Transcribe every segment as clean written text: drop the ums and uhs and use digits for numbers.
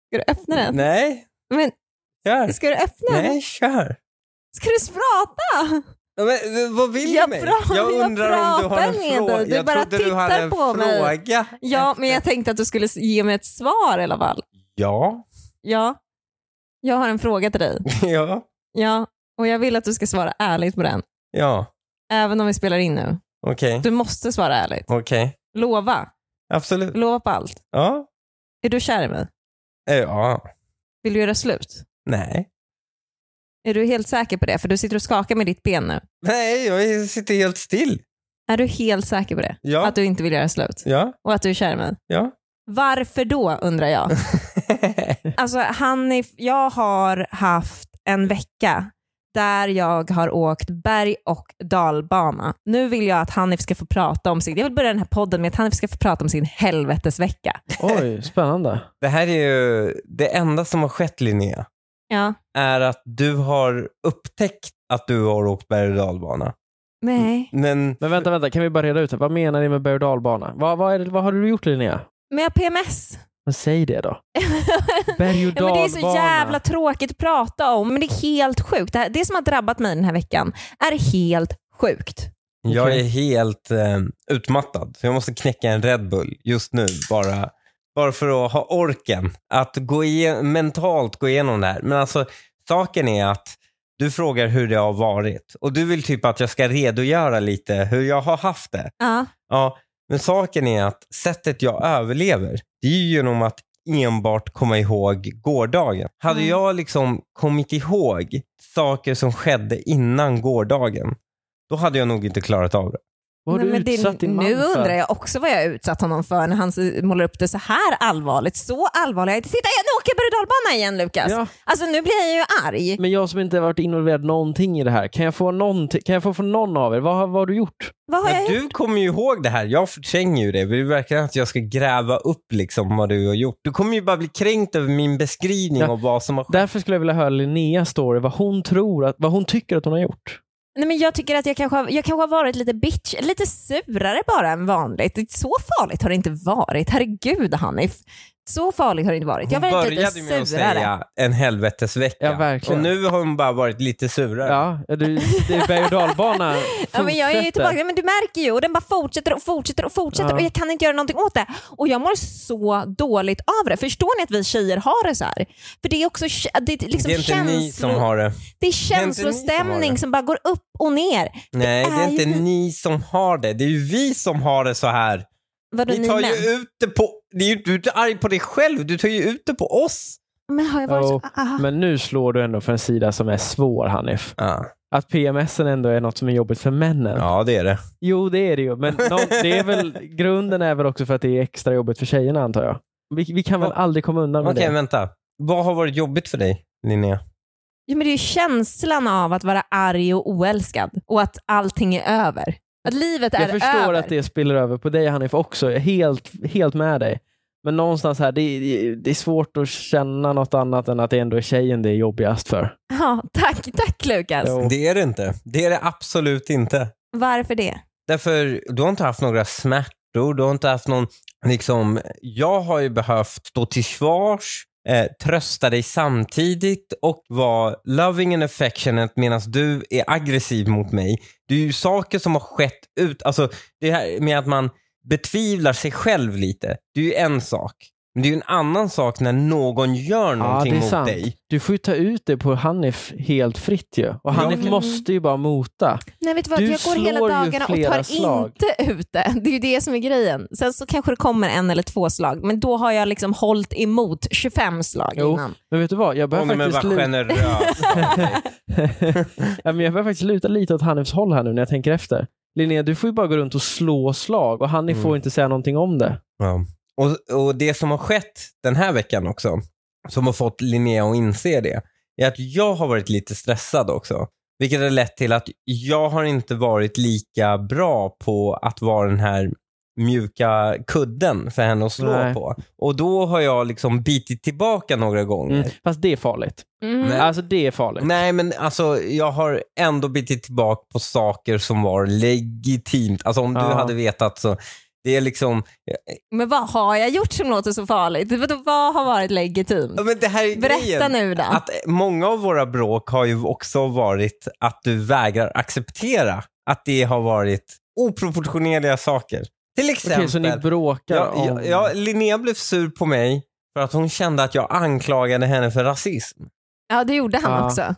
Ska du öppna den? Nej. Men Kör. ska du öppna den? Nej, kör. Ska du prata? Ja, men, vad vill du mig? Jag undrar om du har en fråga. Du Jag bara trodde du hade en på mig. fråga. Ja, men jag tänkte att du skulle ge mig ett svar i alla fall. Ja. Ja. Jag har en fråga till dig. Ja. Ja, och jag vill att du ska svara ärligt på den. Ja. Även om vi spelar in nu. Okej. Du måste svara ärligt. Okej. Lova. Absolut. Lova på allt. Ja. Är du kär i mig? Ja. Vill du göra slut? Nej. Är du helt säker på det? För du sitter och skakar med ditt ben nu. Nej, jag sitter helt still. Är du helt säker på det? Ja. Att du inte vill göra slut? Ja. Och att du är kär i mig? Ja. Varför då, undrar jag? Alltså Hanif, jag har haft en vecka där jag har åkt berg- och dalbana. Nu vill jag att Hanif ska få prata om sin... Jag vill börja den här podden med att Hanif ska få prata om sin helvetesvecka. Oj, spännande. Det här är ju det enda som har skett, Linnea. Ja. Är att du har upptäckt att du har åkt berg- och dalbana. Nej. Men vänta, kan vi bara reda ut det? Vad menar ni med berg- och dalbana? Vad har du gjort, Linnea? Men jag har PMS. Men säg det då. Berg- och Ja, men det är så dalbana. jävla tråkigt att prata om. Men det är helt sjukt. Det som har drabbat mig den här veckan är helt sjukt. jag är helt utmattad. Så jag måste knäcka en Red Bull just nu. Bara för att ha orken. Att mentalt gå igenom det här. Men alltså, saken är att du frågar hur det har varit. Och du vill typ att jag ska redogöra lite hur jag har haft det. Ja. Ja, men saken är att sättet jag överlever, det är ju genom att enbart komma ihåg gårdagen. Hade jag liksom kommit ihåg saker som skedde innan gårdagen, då hade jag nog inte klarat av det. Vad har Nej, du men utsatt din man nu för? undrar jag också vad jag har utsatt honom för när han målar upp det så här allvarligt. Så allvarligt. Titta, nu åker jag berg- och dalbana igen, Lukas. Ja. Alltså nu blir jag ju arg. Men jag som inte har varit involverad någonting i det här, kan jag få från någon av er? Vad har du gjort? Vad har jag Men gjort? du kommer ju ihåg det här. Jag förtränger ju det. Det är verkligen att jag ska gräva upp liksom vad du har gjort. Du kommer ju bara bli kränkt över min beskrivning av vad som har skett. Därför skulle jag vilja höra Linneas story, vad hon tycker att hon har gjort. Nej, men jag tycker att jag kanske har varit lite bitch, lite surare bara än vanligt. Så farligt har det inte varit. Herregud, Hanif. Så farligt har det inte varit. Jag Hon har varit lite började med att surare. säga en helvetesvecka. Ja, verkligen. Och nu har hon bara varit lite surare. Ja, det är berg- och dalbana. Ja, men jag är ju fortsätter. tillbaka, men du märker ju, och den bara fortsätter Ja. och jag kan inte göra någonting åt det. Och jag mår så dåligt av det. Förstår ni att vi tjejer har det så här? För det är också det är liksom Det är inte ni som har det. Det är inte ni som har känslostämning det. som bara går upp och ner. Nej, det är inte ju... ni som har det. Det är ju vi som har det så här. Vadå, Ni tar män? ju ut det på... Du är inte arg på dig själv. Du tar ju ut det på oss. Men har jag varit Jo, så... men nu slår du ändå för en sida som är svår, Hanif. Ja, Att PMSen ändå är något som är jobbigt för männen. ja det är det. Jo, det är det ju. Men det är väl, grunden är väl också för att det är extra jobbigt för tjejerna, antar jag. Vi kan väl aldrig komma undan med Okej, det. vänta. Vad har varit jobbigt för dig, Linnea? Ja, men det är ju känslan av att vara arg och oälskad. Och att allting är över. Att livet är Jag förstår över. att det spiller över på dig, Hanif, också. Helt med dig. Men någonstans här, det är svårt att känna något annat än att det ändå är tjejen det är jobbigast för. Ja, tack Lukas. Jo. Det är det inte. Det är det absolut inte. Varför det? Därför, du har inte haft några smärtor. Du har inte haft någon... Liksom, jag har ju behövt stå till svars, trösta dig samtidigt och vara loving and affectionate medan du är aggressiv mot mig. Det är ju saker som har skett ut... Alltså, det här med att man betvivlar sig själv lite, det är ju en sak. Men det är ju en annan sak när någon gör någonting det är mot sant. dig. Du får ju ta ut det på Hanif helt fritt ju. Och Hanif måste ju bara mota. Nej, vet du vad? Du Jag går hela slår ju dagarna och flera tar slag. inte ut det. Det är ju det som är grejen. Sen så kanske det kommer 1 eller 2 slag. Men då har jag liksom hållit emot 25 slag innan. Men vet du vad? Jag behöver Men faktiskt var generös. ja, men jag behöver faktiskt luta lite åt Hanifs håll här nu när jag tänker efter. Linnea, du får ju bara gå runt och slå slag och Hanif får inte säga någonting om det. Ja. Och det som har skett den här veckan också, som har fått Linnea att inse det, är att jag har varit lite stressad också. Vilket har lett till att jag har inte varit lika bra på att vara den här mjuka kudden för henne att slå på. Och då har jag liksom bitit tillbaka några gånger. Fast det är farligt. Alltså det är farligt. Nej, men alltså jag har ändå bitit tillbaka på saker som var legitimt. Alltså om du hade vetat så... Det är liksom... Men vad har jag gjort som låter så farligt? Vad har varit legitimt? Ja, men det här är Berätta grejen, nu då. att många av våra bråk har ju också varit att du vägrar acceptera att det har varit oproportionerliga saker. Till exempel... Okej, så ni bråkar om... Linnea blev sur på mig för att hon kände att jag anklagade henne för rasism. Ja, det gjorde han också.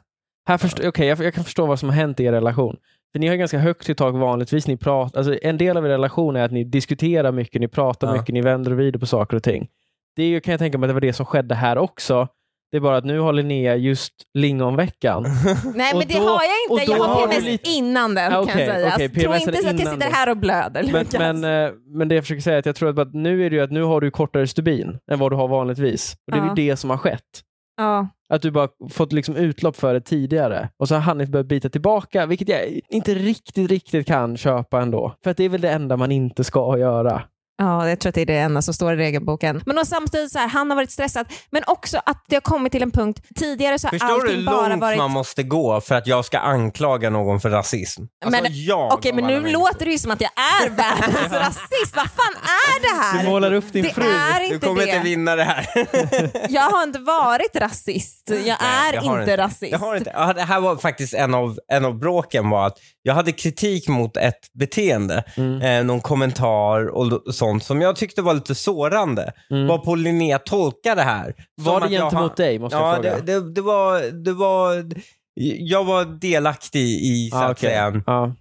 Jag kan förstå vad som har hänt i er relation. För ni har ganska högt i tak vanligtvis. Ni pratar, alltså en del av er relation är att ni diskuterar mycket, ni pratar mycket, ni vänder och vrider på saker och ting. Det är ju, kan jag tänka mig, att det var det som skedde här också. Det är bara att nu har Linnea just lingonveckan. Nej, men det har jag inte. Jag har PMS innan den, kan jag säga. Tror inte så att jag sitter här och blöder. Men det jag försöker säga är att jag tror att nu är det ju att nu har du kortare stubin än vad du har vanligtvis. Och det är ju det som har skett. Ja. Att du bara fått liksom utlopp för det tidigare. Och så har Hanif börjat bita tillbaka. Vilket jag inte riktigt kan köpa ändå. För att det är väl det enda man inte ska göra. Ja, jag tror att det är det enda som står i regelboken. Men samtidigt så här, han har varit stressad. Men också att det har kommit till en punkt. Tidigare så har Förstår allting du bara långt varit... man måste gå för att jag ska anklaga någon för rasism? Alltså, Okej, men nu låter det ju som att jag är världens rasist. Vad fan är det här? Du målar upp din fru. Du kommer inte vinna det här. Jag har inte varit rasist. Jag är inte rasist. Det här var faktiskt en av bråken var att jag hade kritik mot ett beteende. Någon kommentar och sånt som jag tyckte var lite sårande. Var på Linnea tolka det här. Var det gentemot dig, måste jag fråga? Det var jag var delaktig i så att säga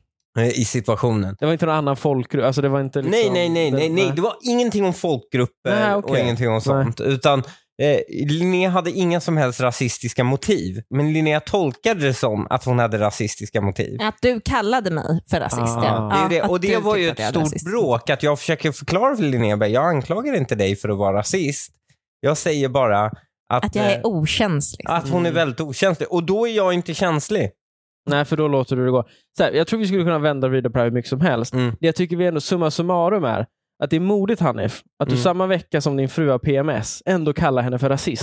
i situationen. Det var inte någon annan folkgrupp, alltså det var inte liksom... Nej, det var ingenting om folkgrupper och ingenting om sånt, utan Linnea hade inga som helst rasistiska motiv, men Linnea tolkade det som att hon hade rasistiska motiv. Att du kallade mig för rasist. Och det var ju ett stort bråk att jag försöker förklara för Linnea, jag anklagar inte dig för att vara rasist. Jag säger bara att jag är okänslig. Att hon är väldigt okänslig, och då är jag inte känslig. Nej, för då låter du det gå. Så här, jag tror vi skulle kunna vända och vrida på det här mycket som helst. Det jag tycker vi ändå summa summarum är att det är modigt, Hanif, att du samma vecka som din fru har PMS ändå kallar henne för rasist.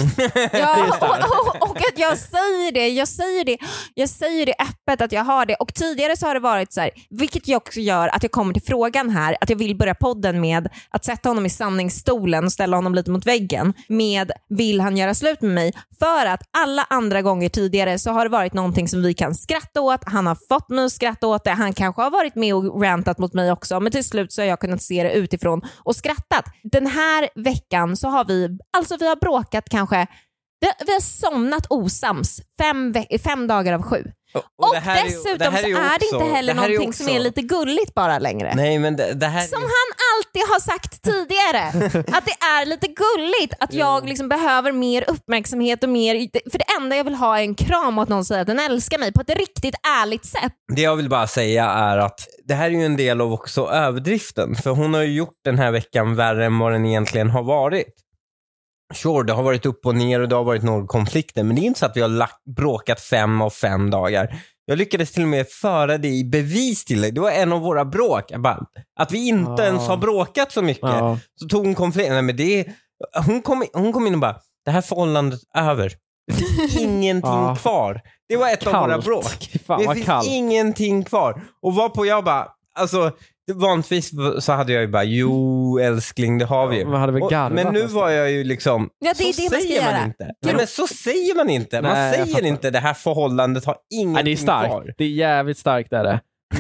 Och att jag säger det öppet att jag har det. Och tidigare så har det varit så här, vilket jag också gör att jag kommer till frågan här, att jag vill börja podden med att sätta honom i sanningsstolen och ställa honom lite mot väggen med, vill han göra slut med mig? För att alla andra gånger tidigare så har det varit någonting som vi kan skratta åt. Han har fått mig att skratta åt det. Han kanske har varit med och rantat mot mig också, men till slut så har jag kunnat se det utifrån och skrattat. Den här veckan så har vi har bråkat kanske, vi har somnat osams 5 dagar av 7. Och dessutom så är det inte heller någonting som är lite gulligt bara längre. Nej, men det här som han alltid har sagt tidigare. Att det är lite gulligt. Att jag liksom behöver mer uppmärksamhet och mer. För det enda jag vill ha är en kram och att någon säger att den älskar mig på ett riktigt ärligt sätt. Det jag vill bara säga är att det här är ju en del av också överdriften. För hon har ju gjort den här veckan värre än vad den egentligen har varit. Sure, det har varit upp och ner och det har varit några konflikter, men det är inte så att vi har bråkat 5 av 5 dagar. Jag lyckades till och med föra det i bevis till dig. Det var en av våra bråk. Att vi inte ens har bråkat så mycket. Så tog hon konflikt. Nej, men hon kom in och bara, det här förhållandet är över. Det finns ingenting kvar. Det var ett av våra bråk. Det finns ingenting kvar. Och var på jag bara, alltså... Vanligtvis så hade jag ju bara, jo älskling, det har vi ju. Men nu var jag ju liksom, det är så det säger man inte. Nej, men så säger man inte. Man säger inte, det här förhållandet har ingenting det är starkt. Kvar. Det är jävligt starkt där.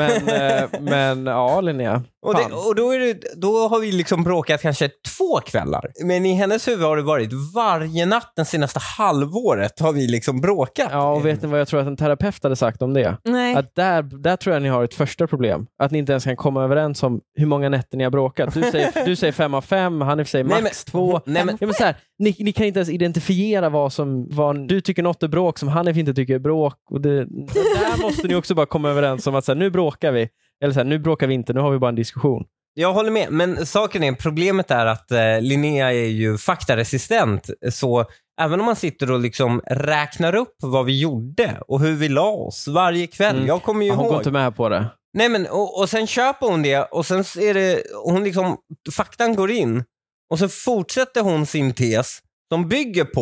Men ja, Linnea. Och då har vi liksom bråkat kanske 2 kvällar. Men i hennes huvud har det varit varje natt den senaste halvåret har vi liksom bråkat. Ja, och vet ni vad jag tror att en terapeut hade sagt om det? Nej. Att där tror jag ni har ett första problem. Att ni inte ens kan komma överens om hur många nätter ni har bråkat. Du säger 5 av 5, Hanif säger max 2. Men så här, ni kan inte ens identifiera vad du tycker något är bråk som Hanif inte tycker är bråk. Och där måste ni också bara komma överens om att så här, nu bråkar vi. Eller så här, nu bråkar vi inte, nu har vi bara en diskussion. Jag håller med, men problemet är att Linnea är ju faktaresistent. Så även om man sitter och liksom räknar upp vad vi gjorde och hur vi la oss varje kväll. Jag kommer ju ihåg. Hon går inte med på det. Nej, men och sen köper hon det och sen är det, hon liksom, faktan går in och så fortsätter hon sin tes som bygger på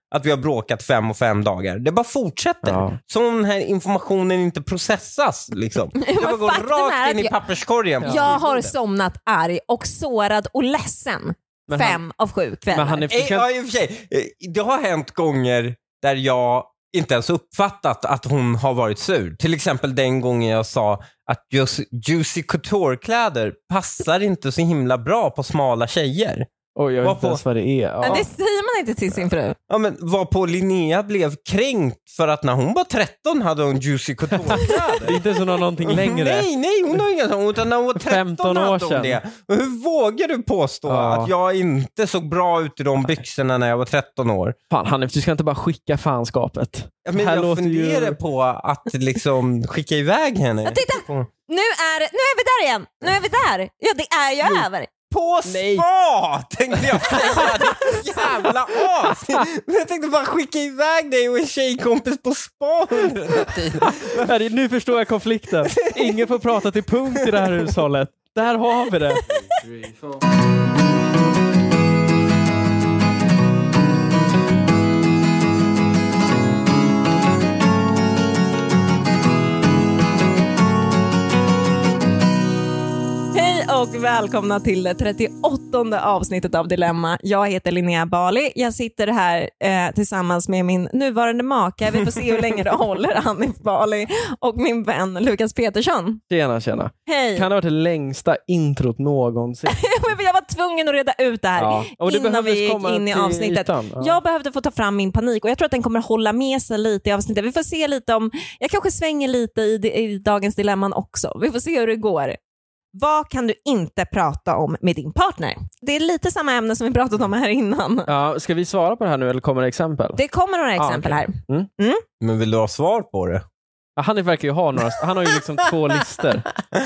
att vi har bråkat 5 och 5 dagar. Det bara fortsätter. Ja. Som den här informationen inte processas. Liksom. Det bara går rakt in i papperskorgen. Jag har somnat arg och sårad och ledsen. 5 av 7 kvällar. Men ja, i och för sig. Det har hänt gånger där jag inte ens uppfattat att hon har varit sur. Till exempel den gången jag sa att just Juicy Couture-kläder passar inte så himla bra på smala tjejer. Jag vet inte ens vad det är. Ja. Det säger man inte till sin fru. Ja, men varpå Linnea blev kränkt för att när hon var 13 hade hon Juicy Couture-kläder. Det är inte så någonting längre. Nej, hon har inget sånt. Utan när hon var 13 15 år sedan. Det. Och hur vågar du påstå att jag inte såg bra ut i de byxorna när jag var 13 år? Fan, Hanif, du ska inte bara skicka fanskapet. Ja, men jag funderar på att liksom skicka iväg henne. Ja, titta! Nu är vi där igen. Nu är vi där. Ja, det är ju över. På spa, tänkte jag säga. Jävla as. Jag tänkte bara skicka iväg dig och en tjejkompis på spa under den här tiden. Nu förstår jag konflikten. Ingen får prata till punkt i det här hushållet. Där har vi det. 3, 4. Och välkomna till det 38:e avsnittet av Dilemma. Jag heter Linnea Bali. Jag sitter här tillsammans med min nuvarande maka. Vi får se hur länge det håller, Hanif Bali. Och min vän Lukas Petersson. Tjena. Hej. Kan det vara det längsta introt någonsin? Jag var tvungen att reda ut det här innan vi gick in i avsnittet. Jag behövde få ta fram min panik och jag tror att den kommer hålla med sig lite i avsnittet. Vi får se lite om... Jag kanske svänger lite i dagens dilemman också. Vi får se hur det går. Vad kan du inte prata om med din partner? Det är lite samma ämne som vi pratat om här innan. Ja, ska vi svara på det här nu eller kommer det exempel? Det kommer några exempel här. Men vill du ha svar på det? Ja, han verkar ju ha några. Han har ju liksom 2 listor.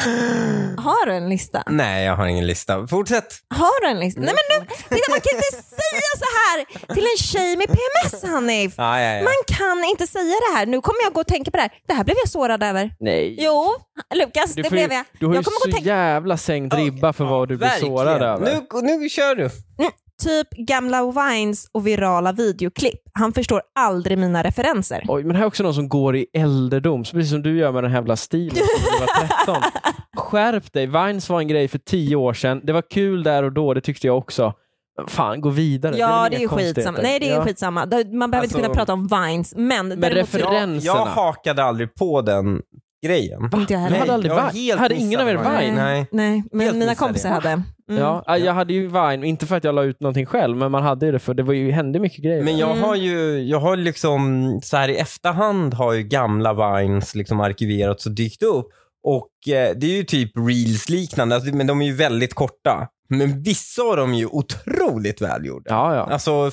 Har du en lista? Nej, jag har ingen lista. Fortsätt. Har du en lista? Nej, men nu, man kan inte säga så här till en tjej med PMS, Hanif. Ja. Man kan inte säga det här. Nu kommer jag gå och tänka på det här. Det här blev jag sårad över. Nej. Jo, Lukas, det blev jag. Du har jag ju så jävla sänkt ribba för vad du blir sårad över. Nu kör du. Typ gamla Vines och virala videoklipp. Han förstår aldrig mina referenser. Oj, men här är också någon som går i älderdom. Precis som du gör med den här jävla stilen när du var 13. Skärp dig. Vines var en grej för 10 år sedan. Det var kul där och då, det tyckte jag också. Fan, gå vidare. Ja, det är ju skitsamma. Nej, det är ju skitsamma. Man behöver inte kunna prata om Vines. Men referenserna. Jag hakade aldrig på den grejen. Inte jag heller. Hade ingen av er Vine? Nej, men mina kompisar hade. Ja, jag hade ju Vine, inte för att jag la ut någonting själv, men man hade ju det för det hände mycket grejer. Men jag har liksom så här i efterhand har ju gamla Vines liksom arkiverats och dykt upp. Och det är ju typ Reels liknande, men de är ju väldigt korta. Men vissa av dem är ju otroligt välgjorda. Ja. Alltså,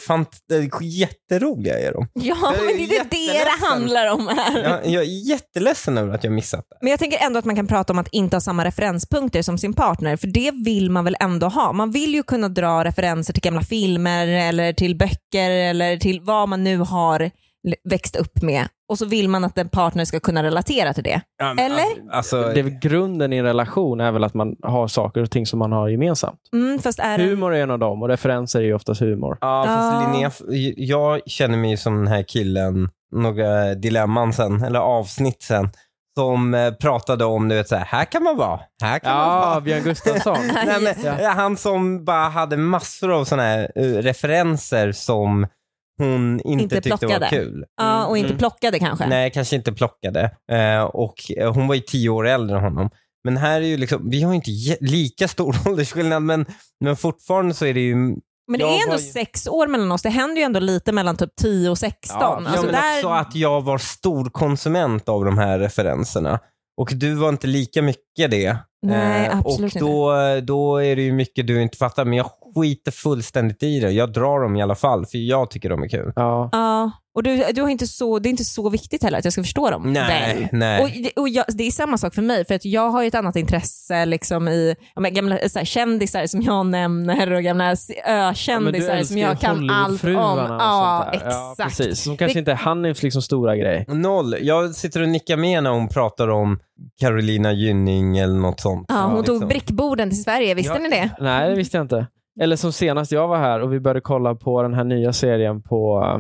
jätteroliga är de. Ja, men det är det handlar om här. Jag är jätteledsen över att jag missat det. Men jag tänker ändå att man kan prata om att inte ha samma referenspunkter som sin partner. För det vill man väl ändå ha. Man vill ju kunna dra referenser till gamla filmer eller till böcker eller till vad man nu har växt upp med. Och så vill man att en partner ska kunna relatera till det. Ja, eller? Alltså, det är väl grunden i en relation är väl att man har saker och ting som man har gemensamt. Fast humor är en av dem och referenser är ju oftast humor. Ja, fast Linnea, jag känner mig som den här killen några dilemman sen, eller avsnitt sen, som pratade om, du vet, så här kan man vara. Här kan man vara. Björn Gustafsson. Nej, men, han som bara hade massor av såna här referenser som hon inte tyckte var kul. Ja, och inte plockade kanske. Nej, kanske inte plockade. Och hon var ju 10 år äldre än honom. Men här är ju liksom, vi har ju inte lika stor åldersskillnad, men fortfarande så är det ju... Men det är ändå 6 år mellan oss. Det händer ju ändå lite mellan typ 10 och 16. Ja, alltså men där... också att jag var stor konsument av de här referenserna. Och du var inte lika mycket det. Nej, absolut och då är det ju mycket du inte fattar. Men jag skiter fullständigt i det. Jag drar dem i alla fall, för jag tycker de är kul. Ja. Och du har inte så, det är inte så viktigt heller att jag ska förstå dem. Nej. Och det är samma sak för mig, för att jag har ju ett annat intresse liksom i gamla så här, kändisar som jag nämner och gamla kändisar som jag kan allt om. Ja, exakt. Ja, precis. Som kanske inte är Hanifs liksom stora grej. 0. Jag sitter och nickar med när hon pratar om Carolina Gynning eller något sånt. Ja, hon tog brickborden till Sverige, visste ni det? Nej, det visste jag inte. Eller som senast jag var här och vi började kolla på den här nya serien på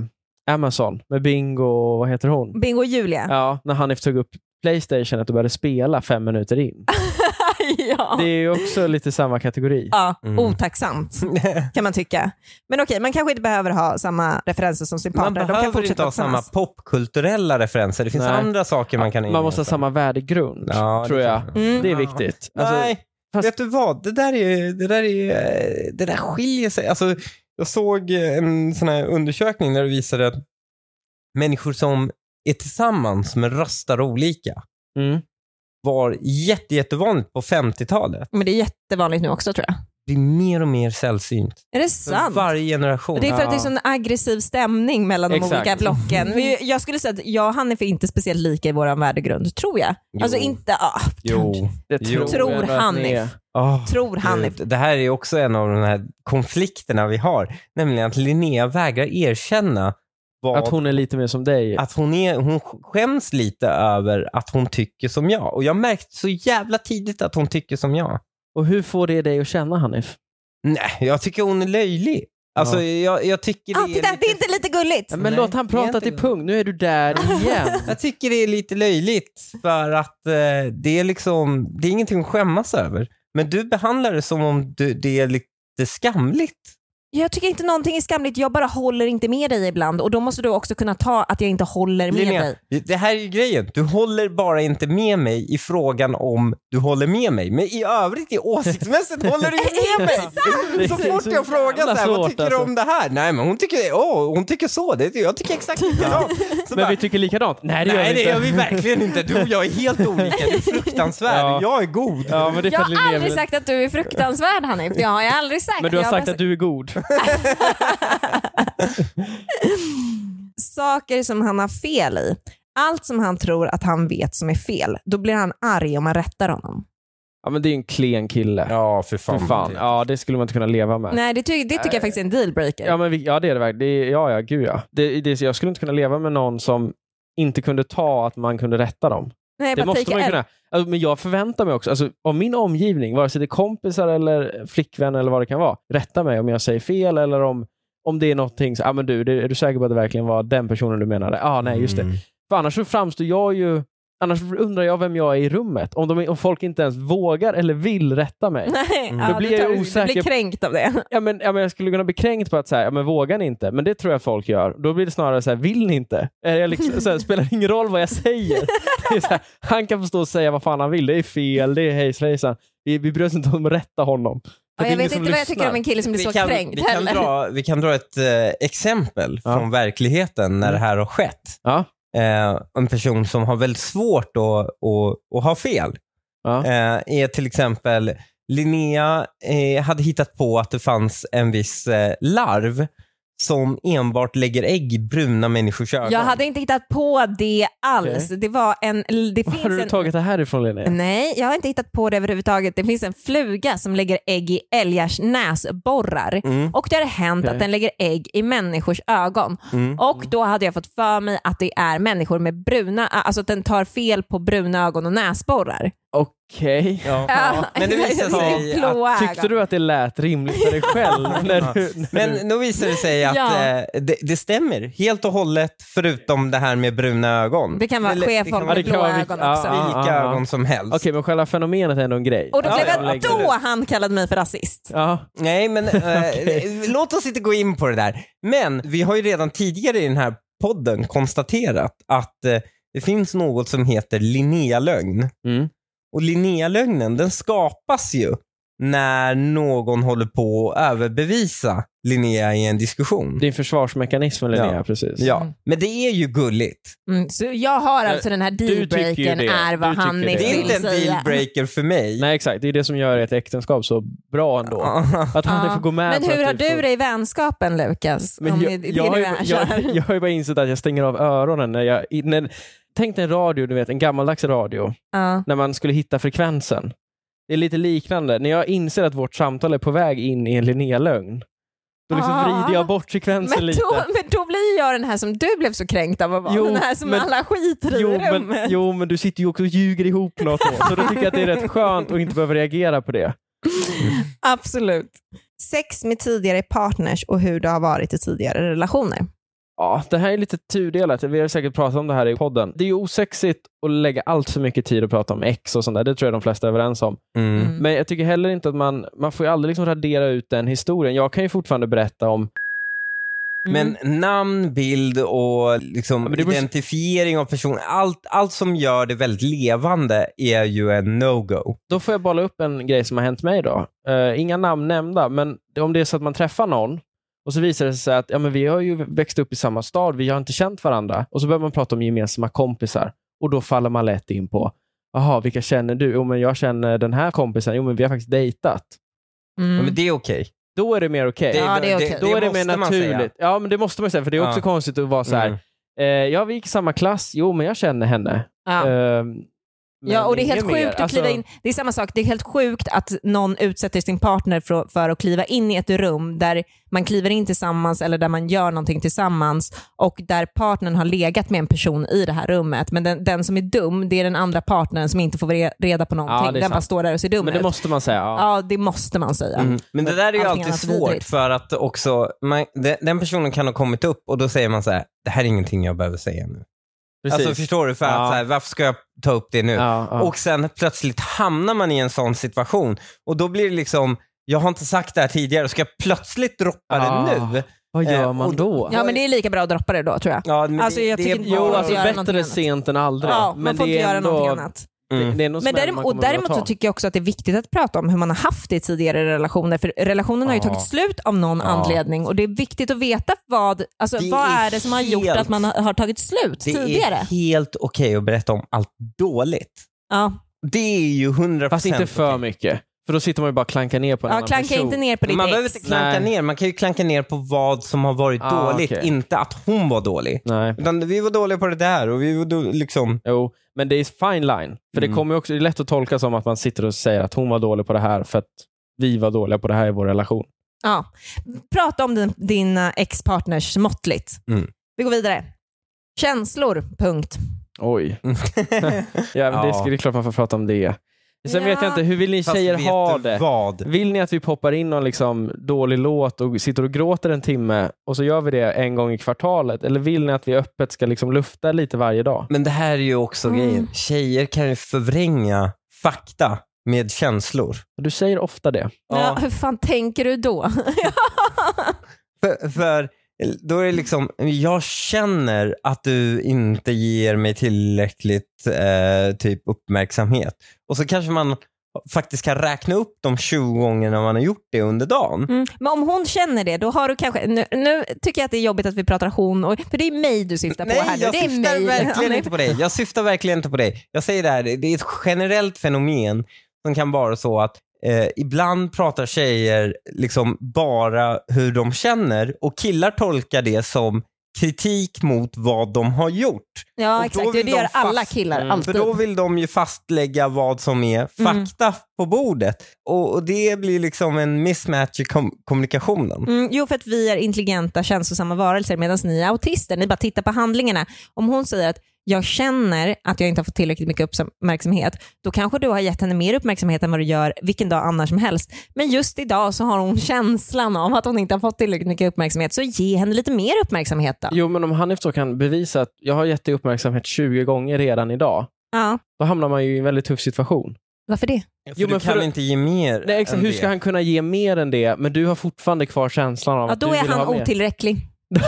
Amazon med Bingo, vad heter hon? Bingo Julia. Ja, när Hanif tog upp PlayStation och började spela 5 minuter in. Ja. Det är ju också lite samma kategori. Ja, otacksamt kan man tycka. Men okej, man kanske inte behöver ha samma referenser som sin partner. Man behöver inte ha samma popkulturella referenser. Det finns andra saker man kan man måste ha samma värdegrund, tror jag. Det är viktigt. Nej, vet du vad? Det där skiljer sig. Alltså, jag såg en sån här undersökning där det visade att människor som är tillsammans men röstar olika var jättevanligt på 50-talet. Men det är jättevanligt nu också, tror jag. Det är mer och mer sällsynt. Är det sant? För varje generation. Det är för att det är sån aggressiv stämning mellan de olika blocken. Men jag skulle säga att jag och Hanif är inte speciellt lika i vår värdegrund, tror jag. Jo. Alltså inte... Tror Hanif. Tror Hanif. Det här är också en av de här konflikterna vi har. Nämligen att Linnea vägrar erkänna att hon är lite mer som dig. Att hon skäms lite över att hon tycker som jag. Och jag märkte så jävla tidigt att hon tycker som jag. Och hur får det dig att känna, Hanif? Nej, jag tycker hon är löjlig. Alltså, jag tycker det är lite... Det är inte lite gulligt. Men låt han prata till punkt. Nu är du där igen. Jag tycker det är lite löjligt. För att det är liksom... Det är ingenting att skämmas över. Men du behandlar det som om det är lite skamligt. Jag tycker inte någonting är skamligt. Jag bara håller inte med dig ibland. Och då måste du också kunna ta att jag inte håller med dig. Det här är ju grejen. Du håller bara inte med mig i frågan om du håller med mig. Men i övrigt, i åsiktsmässigt, håller du med mig. Så fort jag frågar så här, vad tycker du om det här? Nej, men hon tycker så. Jag tycker exakt likadant. Men vi tycker likadant. Nej, det gör vi verkligen inte. Du och jag är helt olika. Du är fruktansvärd. Ja. Jag är god. Ja, men jag har aldrig sagt att du är fruktansvärd, Hanif. Det har jag aldrig sagt. Men du har sagt att du är god. Saker som han har fel i. Allt som han tror att han vet som är fel. Då blir han arg om man rättar honom. Ja, men det är en klen kille. Ja, för fan. Ja, det skulle man inte kunna leva med. Nej, det tycker jag faktiskt är en dealbreaker. Ja, men det är det verkligen. Gud ja. Jag skulle inte kunna leva med någon som inte kunde ta att man kunde rätta dem. Nej, det måste man kunna. Alltså, men jag förväntar mig också, alltså, om min omgivning, vare sig det är kompisar eller flickvän eller vad det kan vara, rätta mig om jag säger fel eller om det är någonting så, men är du säker på att det verkligen var den personen du menade? Nej, just det. För annars så framstår jag ju, annars undrar jag vem jag är i rummet. Om folk inte ens vågar eller vill rätta mig. Nej, då blir jag osäker. Du blir kränkt av det. Ja, men jag skulle kunna bli kränkt på att säga, men vågar ni inte? Men det tror jag folk gör. Då blir det snarare så här, vill ni inte? Spelar ingen roll vad jag säger. Det är så här, han kan förstå och säga vad fan han vill. Det är fel, det är hejsrejsan. Vi bryr oss inte om att rätta honom. Jag vet inte vad jag tycker om en kille som blir så kränkt. Vi kan dra ett exempel från verkligheten när det här har skett. Ja. En person som har väldigt svårt att ha fel är till exempel Linnea hade hittat på att det fanns en viss larv som enbart lägger ägg i bruna människors ögon. Jag hade inte hittat på det alls. Okay. Det var har du tagit det här ifrån, Linnea? Nej, jag har inte hittat på det överhuvudtaget. Det finns en fluga som lägger ägg i älgars näsborrar. Och det har hänt att den lägger ägg i människors ögon. Och då hade jag fått för mig att det är människor med bruna, alltså att den tar fel på bruna ögon och näsborrar. Okej. Ja. Men det visar sig tyckte du att det lät rimligt för dig själv? Men då visar det sig att det stämmer helt och hållet, förutom det här med bruna ögon. Det kan vara cheffolk med blå ögon också. Vilka ögon som helst. Okej, men själva fenomenet är ändå en grej. Och då blev då han kallade mig för rasist. Nej, men låt oss inte gå in på det där. Men vi har ju redan tidigare i den här podden konstaterat att det finns något som heter Linnea-lögn. Och Linnea-lögnen, den skapas ju när någon håller på att överbevisa Linnea i en diskussion. Det är en försvarsmekanism med Linnea, precis. Ja, men det är ju gulligt. Så jag har alltså den här dealbreakern är vad han vill säga. Det är inte en dealbreaker för mig. Nej, exakt. Det är det som gör ett äktenskap så bra ändå. Att han får gå med. Men hur har du det i vänskapen, Lukas? Men jag har ju bara insett att jag stänger av öronen när tänk dig en radio, du vet, en gammaldags radio. När man skulle hitta frekvensen. Det är lite liknande. När jag inser att vårt samtal är på väg in i en Linnea-lögn, då liksom vrider jag bort frekvensen lite. Men då blir jag den här som du blev så kränkt av att vara. Den här som alla skiter i rummet. Men du sitter ju också och ljuger ihop något. Så då tycker jag att det är rätt skönt att inte behöva reagera på det. Absolut. Sex med tidigare partners och hur det har varit i tidigare relationer. Ja, det här är lite tudelat. Vi har säkert pratat om det här i podden. Det är ju osexigt att lägga allt för mycket tid och prata om ex och sånt där. Det tror jag de flesta är överens om. Men jag tycker heller inte att man får ju aldrig liksom radera ut den historien. Jag kan ju fortfarande berätta om men namn, bild och liksom identifiering av personer, allt som gör det väldigt levande är ju en no-go. Då får jag bolla upp en grej som har hänt mig då. Inga namn nämnda, men om det är så att man träffar någon och så visar det sig att men vi har ju växt upp i samma stad, vi har inte känt varandra. Och så börjar man prata om gemensamma kompisar. Och då faller man lätt in på, jaha, vilka känner du? Jo, men jag känner den här kompisen. Jo, men vi har faktiskt dejtat. Ja, men det är okej. Då är det mer okej. Ja, det är okej. Då är det mer naturligt. Ja, men det måste man säga, för det är också konstigt att vara så här. Ja, vi gick i samma klass. Jo, men jag känner henne. Ja, och det är helt sjukt att kliva in. Det är samma sak, det är helt sjukt att någon utsätter sin partner för att kliva in i ett rum där man kliver in tillsammans eller där man gör någonting tillsammans och där partnern har legat med en person i det här rummet. Men den som är dum, det är den andra partnern som inte får reda på någonting. Den bara står där och ser dum ut. Men det måste man säga. Ja, det måste man säga. Men det där är ju alltid svårt för att också den personen kan ha kommit upp och då säger man så här, det här är ingenting jag behöver säga nu. Precis. Alltså förstår du, för att så här, varför ska jag ta upp det nu? Och sen plötsligt hamnar man i en sån situation och då blir det liksom, jag har inte sagt det här tidigare, ska jag plötsligt droppa det nu? Vad gör man då? Ja, men det är lika bra att droppa det då, tror jag. Ja, men alltså, jag tycker bättre sent än aldrig. Ja, men man får inte göra någonting annat. Men däremot så tycker jag också att det är viktigt att prata om hur man har haft det i tidigare relationer, för relationen har ju tagit slut av någon anledning och det är viktigt att veta vad är det som har gjort att man har tagit slut tidigare. Det är helt okej att berätta om allt dåligt. Ja. Det är ju 100%. Fast inte för mycket. För då sitter man ju bara och klankar ner på en annan klanka person. Inte ner på ditt man ex. behöver inte klanka ner. Man kan ju klanka ner på vad som har varit dåligt. Okay. Inte att hon var dålig. Nej. Utan vi var dåliga på det där. Och vi var liksom... Jo, men det är fine line. För det kommer ju också, det är lätt att tolka som att man sitter och säger att hon var dålig på det här för att vi var dåliga på det här i vår relation. Ja. Prata om dina ex-partners måttligt. Vi går vidare. Känslor, punkt. Oj. Ja, men det är klart man får prata om det. Sen vet jag inte, hur vill ni tjejer ha det? Vad? Vill ni att vi poppar in någon liksom dålig låt och sitter och gråter en timme och så gör vi det en gång i kvartalet? Eller vill ni att vi öppet ska liksom lufta lite varje dag? Men det här är ju också grejen. Tjejer kan ju förvränga fakta med känslor. Du säger ofta det. Ja, hur fan tänker du då? för då är det liksom, jag känner att du inte ger mig tillräckligt typ uppmärksamhet. Och så kanske man faktiskt kan räkna upp de 20 gångerna man har gjort det under dagen. Men om hon känner det, då har du kanske... Nu tycker jag att det är jobbigt att vi pratar hon, för det är mig du syftar på här. Nej, jag syftar verkligen inte på dig. Jag syftar verkligen inte på dig. Jag säger det här, det är ett generellt fenomen som kan vara så att ibland pratar tjejer liksom bara hur de känner och killar tolkar det som kritik mot vad de har gjort. Ja, exakt. Det gör alla killar alltid. För då vill de ju fastlägga vad som är fakta på bordet. Och det blir liksom en mismatch i kommunikationen. Jo, för att vi är intelligenta, känslosamma varelser medan ni är autister. Ni bara tittar på handlingarna. Om hon säger att jag känner att jag inte har fått tillräckligt mycket uppmärksamhet, då kanske du har gett henne mer uppmärksamhet än vad du gör vilken dag annars som helst. Men just idag så har hon känslan av att hon inte har fått tillräckligt mycket uppmärksamhet, så ge henne lite mer uppmärksamhet då. Jo, men om Hanif då kan bevisa att jag har gett dig uppmärksamhet 20 gånger redan idag, då hamnar man ju i en väldigt tuff situation. Varför det? Jo, men du kan inte ge mer. Nej, exakt. Hur ska han kunna ge mer än det? Men du har fortfarande kvar känslan av att du vill ha mer. Då är han otillräcklig.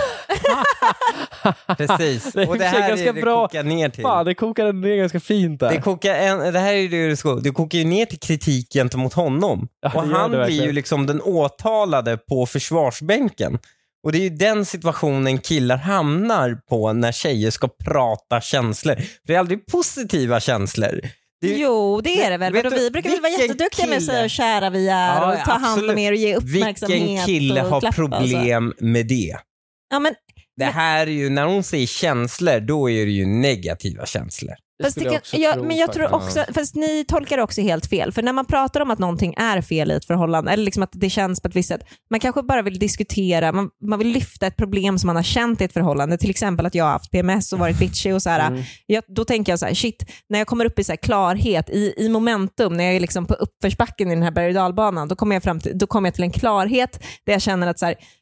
Precis. Och det här ganska är det bra. Kokar ner till. Fan, det kokar ner ganska fint där. Det här är det kokar ju ner till kritik gentemot honom. Ja, och han blir ju liksom den åtalade på försvarsbänken. Och det är ju den situationen killar hamnar på när tjejer ska prata känslor. För det är aldrig positiva känslor. Jo, det är det väl. Vi brukar väl vara jätteduktiga med att säga hur kära vi är och ta hand om er och ge uppmärksamhet. Vilken kille har problem med det? Ja, men det här är ju, när hon säger känslor, då är det ju negativa känslor. Jag tror också, fast ni tolkar också helt fel. För när man pratar om att någonting är fel i ett förhållande, eller liksom att det känns på ett visst sätt, man kanske bara vill diskutera, man vill lyfta ett problem som man har känt i ett förhållande. Till exempel att jag har haft PMS och varit bitchy och så här. Då tänker jag så här, shit, när jag kommer upp i så här klarhet i momentum, när jag är liksom på uppförsbacken i den här berg- och dalbanan, då kommer jag till en klarhet där jag känner att så här,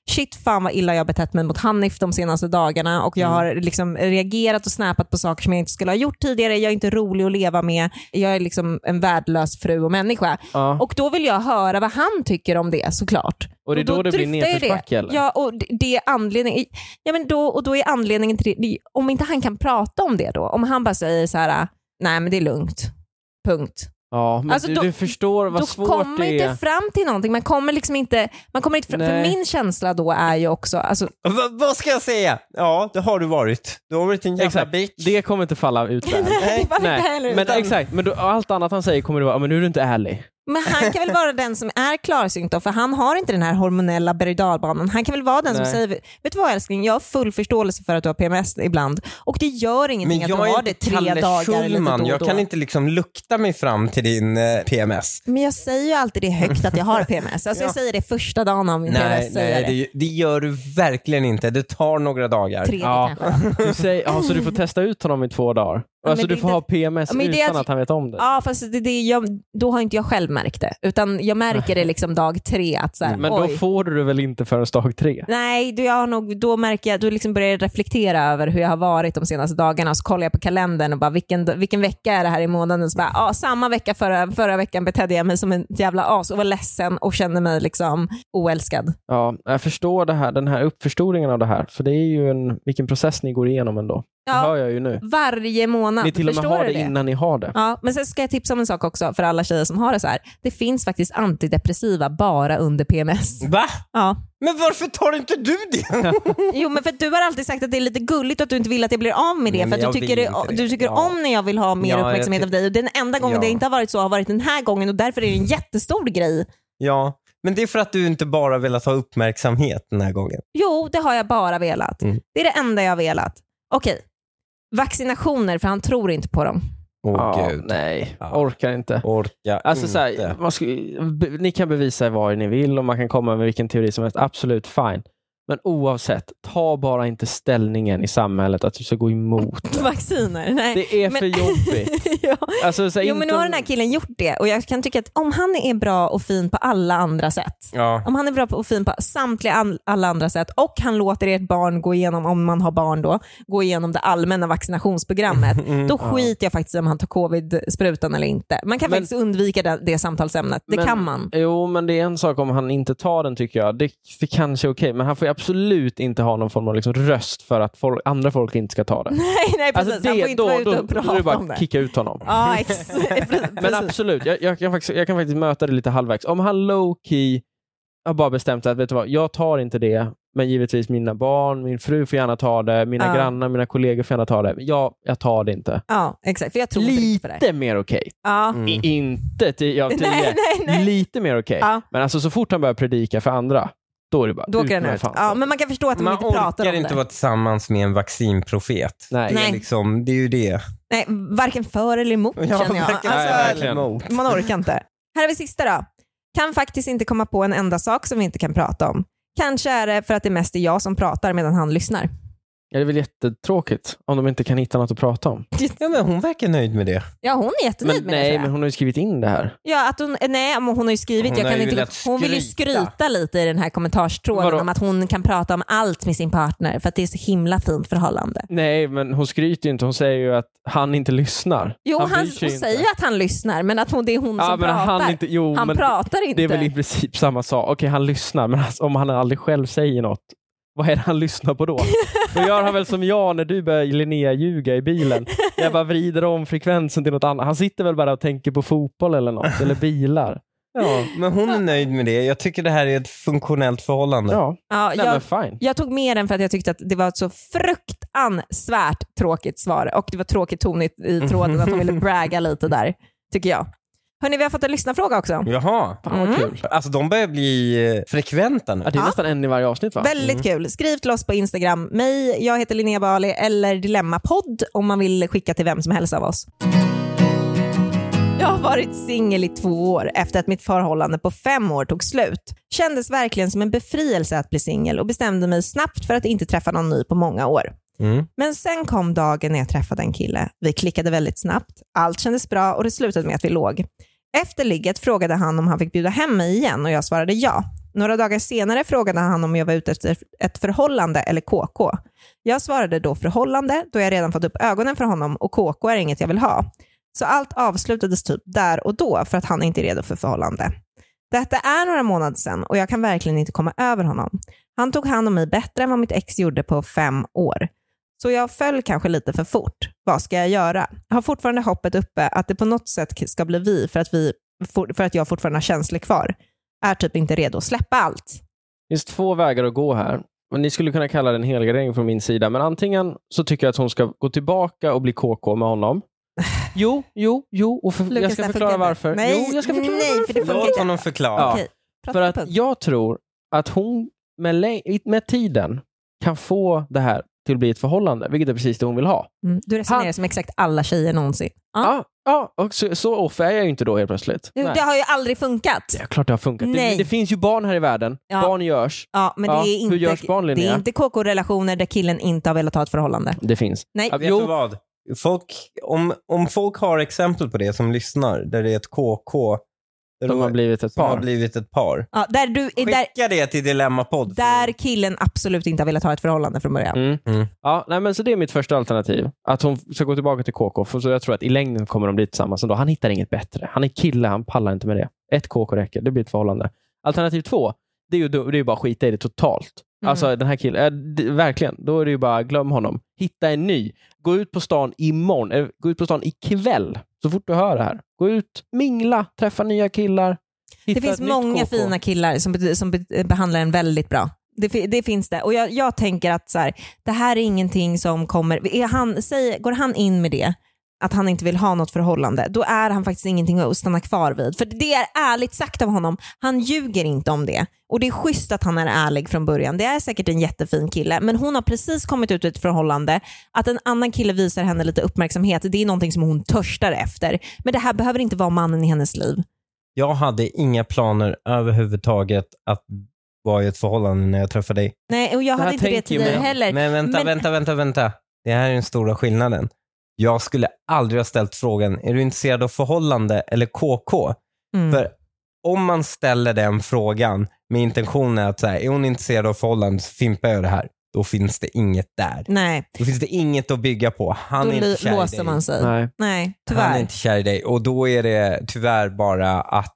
shit fan vad illa jag betett mig mot Hanif de senaste dagarna och jag har liksom reagerat och snappat på saker som jag inte skulle ha gjort tidigare. Jag är inte rolig att leva med. Jag är liksom en värdelös fru och människa. Och då vill jag höra vad han tycker om det, såklart. Och det är då det blir nedförsbacke, eller? Ja, och det är anledningen. Ja, men då är anledningen till det, om inte han kan prata om det då, om han bara säger så här: nej men det är lugnt. Punkt. Ja, men alltså du förstår vad svårt det är. Då kommer inte fram till någonting. Man kommer inte för min känsla då är ju också alltså, vad ska jag säga? Ja, det har du varit. Du har varit en jävla bitch. Det kommer inte falla ut väl. Nej. Men exakt, men allt annat han säger kommer det vara, men nu är du inte ärlig. Men han kan väl vara den som är klarsynt då, för han har inte den här hormonella berg-och-dalbanan. Han kan väl vara den som säger, vet du vad älskling, jag har full förståelse för att du har PMS ibland och det gör ingenting att du har det 3 dagar Schulman. eller lite då. Jag kan inte liksom lukta mig fram till din PMS. Men jag säger ju alltid det högt att jag har PMS. Alltså jag säger det första dagen av min PMS. Nej, det gör du verkligen inte. Det tar några dagar. 3 kanske. Du säger, så du får testa ut honom i 2 dagar. Alltså du får ha PMS utan att han vet om det. Ja, fast då har inte jag själv märkt det. Utan jag märker det liksom dag 3. Att så här, men då får du väl inte förrän dag 3? Nej, då märker jag, då liksom börjar jag reflektera över hur jag har varit de senaste dagarna. Och så kollar jag på kalendern och bara, vilken vecka är det här i månaden? Så bara, samma vecka förra veckan betedde jag mig som en jävla as och var ledsen och kände mig liksom oälskad. Ja, jag förstår det här, den här uppförstoringen av det här. För det är ju vilken process ni går igenom ändå. Det hör jag ju nu. Varje månad. Ni till och med har det innan ni har det. Ja, men sen ska jag tipsa om en sak också för alla tjejer som har det så här. Det finns faktiskt antidepressiva bara under PMS. Va? Ja. Men varför tar inte du det? Jo, men för att du har alltid sagt att det är lite gulligt att du inte vill att jag blir av med det. Nej, för att du tycker om när jag vill ha mer uppmärksamhet av dig. Och den enda gången det inte har varit så har varit den här gången och därför är det en jättestor grej. Ja, men det är för att du inte bara velat ha uppmärksamhet den här gången. Jo, det har jag bara velat. Det är det enda jag har velat. Okej. Vaccinationer, för han tror inte på dem. Gud. Nej, orkar inte. Alltså, inte. Så här, ni kan bevisa vad ni vill och man kan komma med vilken teori som helst. Absolut, fine. Men oavsett, ta bara inte ställningen i samhället att du ska gå emot vacciner. Nej. Det är för jobbigt. Ja. Alltså, så men nu har den här killen gjort det och jag kan tycka att om han är bra och fin på alla andra sätt, om han är bra och fin på samtliga alla andra sätt och han låter ert barn gå igenom, om man har barn då, gå igenom det allmänna vaccinationsprogrammet, då skiter jag faktiskt om han tar covid-sprutan eller inte. Man kan faktiskt undvika det samtalsämnet. Det kan man. Jo, men det är en sak om han inte tar den, tycker jag. Det kanske är okej, men han får absolut inte ha någon form av liksom röst för att andra folk inte ska ta det. Nej, precis. Alltså han får inte vara ute och prata om det. Då är det bara kicka ut honom. Ja, men absolut, jag kan faktiskt möta det lite halvvägs. Om han low-key har bara bestämt att, vet du vad, jag tar inte det, men givetvis mina barn, min fru får gärna ta det, mina grannar, mina kollegor får gärna ta det. Jag tar det inte. Ja, exakt. För jag tror lite mer okej. Ja. Inte 10 av 10. Nej. Lite mer okej. Ja. Men alltså så fort han börjar predika för andra, då är det bara ut med fan. Ja, men man kan förstå att de inte pratar om det. Man orkar inte vara tillsammans med en vaccinprofet. Nej. Det är ju det. Nej, varken för eller emot känner jag. Alltså, man orkar inte. Här är vi sista då. Kan faktiskt inte komma på en enda sak som vi inte kan prata om. Kanske är det för att det mest är jag som pratar medan han lyssnar. Ja, det är väl jättetråkigt om de inte kan hitta något att prata om. Ja, men hon verkar nöjd med det. Ja, hon är jättenöjd med det. Nej, men hon har ju skrivit in det här. Ja, hon har ju skrivit. Hon vill ju skryta lite i den här kommentarstråden om att hon kan prata om allt med sin partner för att det är så himla fint förhållande. Nej, men hon skryter ju inte. Hon säger ju att han inte lyssnar. Jo, hon säger ju att han lyssnar, men att det är hon som pratar. Han pratar inte. Det är väl i princip samma sak. Okej, han lyssnar, men alltså, om han aldrig själv säger något, vad är det han lyssnar på då? Då gör han väl som jag när du börjar Linnea ljuga i bilen. Jag bara vrider om frekvensen till något annat. Han sitter väl bara och tänker på fotboll eller något, eller bilar. Ja, men hon är nöjd med det. Jag tycker det här är ett funktionellt förhållande. Ja, men fine. Jag tog med den för att jag tyckte att det var ett så fruktansvärt tråkigt svar. Och det var tråkigt ton i tråden att hon ville bragga lite där, tycker jag. Hörrni, vi har fått en lyssnarfråga också. Jaha, vad kul. Alltså de börjar bli frekventa nu. Ja, det är nästan en i varje avsnitt, va? Väldigt kul. Skriv till oss på Instagram. Jag heter Linnea Bali eller Dilemmapodd om man vill skicka till vem som helst av oss. Jag har varit singel i 2 år efter att mitt förhållande på 5 år tog slut. Kändes verkligen som en befrielse att bli singel och bestämde mig snabbt för att inte träffa någon ny på många år. Men sen kom dagen när jag träffade en kille. Vi klickade väldigt snabbt. Allt kändes bra och det slutade med att vi låg. Efter ligget frågade han om han fick bjuda hem mig igen och jag svarade ja. Några dagar senare frågade han om jag var ute efter ett förhållande eller KK. Jag svarade då förhållande, då jag redan fått upp ögonen för honom, och KK är inget jag vill ha. Så allt avslutades typ där och då för att han inte är redo för förhållande. Detta är några månader sedan och jag kan verkligen inte komma över honom. Han tog hand om mig bättre än vad mitt ex gjorde på 5 år. Så jag föll kanske lite för fort. Vad ska jag göra? Jag har fortfarande hoppet uppe att det på något sätt ska bli för att jag fortfarande har känslor kvar. Är typ inte redo att släppa allt. Det finns 2 vägar att gå här. Och ni skulle kunna kalla det en helgardering från min sida. Men antingen så tycker jag att hon ska gå tillbaka och bli KK med honom. Jo. Och jag ska förklara varför. Nej, jag ska förklara varför. För det Låt honom förklara. Ja, Okej, för att jag tror att hon med tiden kan få det här till att bli ett förhållande, vilket är precis det hon vill ha. Du resonerar som exakt alla tjejer någonsin. Ja, och så off är jag ju inte då helt plötsligt. Det har ju aldrig funkat. Det är klart det har funkat. Det finns ju barn här i världen. Ja. Barn görs. Ja, men det är inte, hur görs barn, Linnea? Det är inte KK-relationer där killen inte har velat ha ett förhållande. Det finns. Nej. Vet du vad? Om folk har exempel på det som lyssnar, där det är ett KK de har blivit ett par. Ja, skicka det till Dilemmapodd. Där killen absolut inte har velat ha ett förhållande från början. Ja, nej, men så det är mitt första alternativ. Att hon ska gå tillbaka till KK. För så jag tror att i längden kommer de bli tillsammans ändå. Han hittar inget bättre. Han är kille, han pallar inte med det. Ett KK räcker, det blir ett förhållande. Alternativ 2, det är ju bara skita i det totalt. Alltså den här killen, verkligen, då är det ju bara glöm honom. Hitta en ny. Gå ut på stan imorgon, gå ut på stan ikväll. Så fort du hör det här. Gå ut, mingla, träffa nya killar. Det finns många fina killar som behandlar en väldigt bra. Det finns det. Och jag tänker att så här, det här är ingenting som kommer... Går han in med det, att han inte vill ha något förhållande, då är han faktiskt ingenting att stanna kvar vid. För det är ärligt sagt av honom. Han ljuger inte om det. Och det är schysst att han är ärlig från början. Det är säkert en jättefin kille. Men hon har precis kommit ut ur ett förhållande. Att en annan kille visar henne lite uppmärksamhet, det är någonting som hon törstar efter. Men det här behöver inte vara mannen i hennes liv. Jag hade inga planer överhuvudtaget att vara i ett förhållande när jag träffade dig. Nej, och jag hade inte det tidigare heller. Men vänta. Det här är den stora skillnaden. Jag skulle aldrig ha ställt frågan, är du intresserad av förhållande eller KK? För om man ställer den frågan med intentionen att säga, är hon intresserad av förhållande, så fimpar jag det här. Då finns det inget där. Nej. Då finns det inget att bygga på. Han är inte kär i dig. Då låser man sig. Nej, tyvärr. Han är inte kär i dig. Och då är det tyvärr bara att...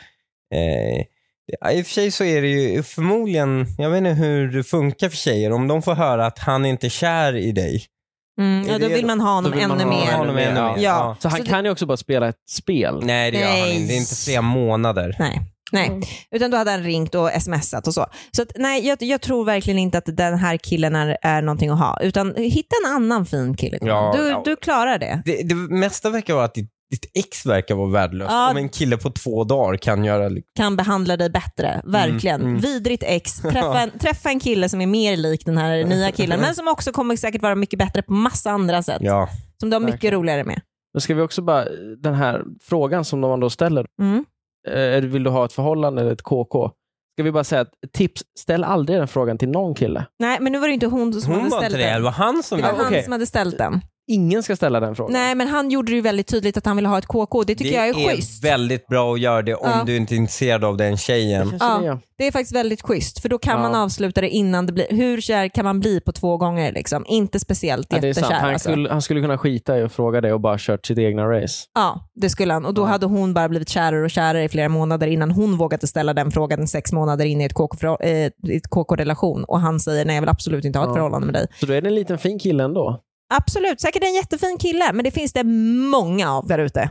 I och för sig så är det ju förmodligen... Jag vet inte hur det funkar för tjejer. Om de får höra att han inte är kär i dig. Då vill man ha honom ännu mer. Ja. Så han kan ju också bara spela ett spel. Nej, det gör han inte. Det är inte 3 månader. Nej. Utan då hade han ringt och smsat och så. Så att, nej, jag tror verkligen inte att den här killen är någonting att ha. Utan hitta en annan fin kille. Du klarar det. Det mesta verkar vara att ditt ex verkar vara värdelöst. Om en kille på 2 dagar kan behandla dig bättre. Verkligen. Vidrigt ex. Träffa en kille som är mer lik den här nya killen. Men som också kommer säkert vara mycket bättre på massa andra sätt. Ja. Som du har mycket roligare med. Då ska vi också bara, den här frågan som de då ställer. Vill du ha ett förhållande eller ett KK? Ska vi bara säga att tips, ställ aldrig den frågan till någon kille. Nej, men nu var det inte hon som hade ställt den. Det var han som hade ställt den. Ingen ska ställa den frågan. Nej, men han gjorde det ju väldigt tydligt att han ville ha ett KK. Det tycker jag är schysst. Det är väldigt bra att göra det om du inte är intresserad av den tjejen. Ja, det är faktiskt väldigt schysst. För då kan man avsluta det innan det blir... Hur kär kan man bli på 2 gånger? Liksom? Inte speciellt jättekär. Han skulle kunna skita i och fråga det och bara kört sitt egna race. Ja, det skulle han. Och då hade hon bara blivit kärare och kärare i flera månader innan hon vågade ställa den frågan 6 månader in i ett KK-relation. Och han säger, nej, jag vill absolut inte ha ett förhållande med dig. Så då är det en liten fin kille ändå? Absolut, säkert en jättefin kille, men det finns det många av där ute.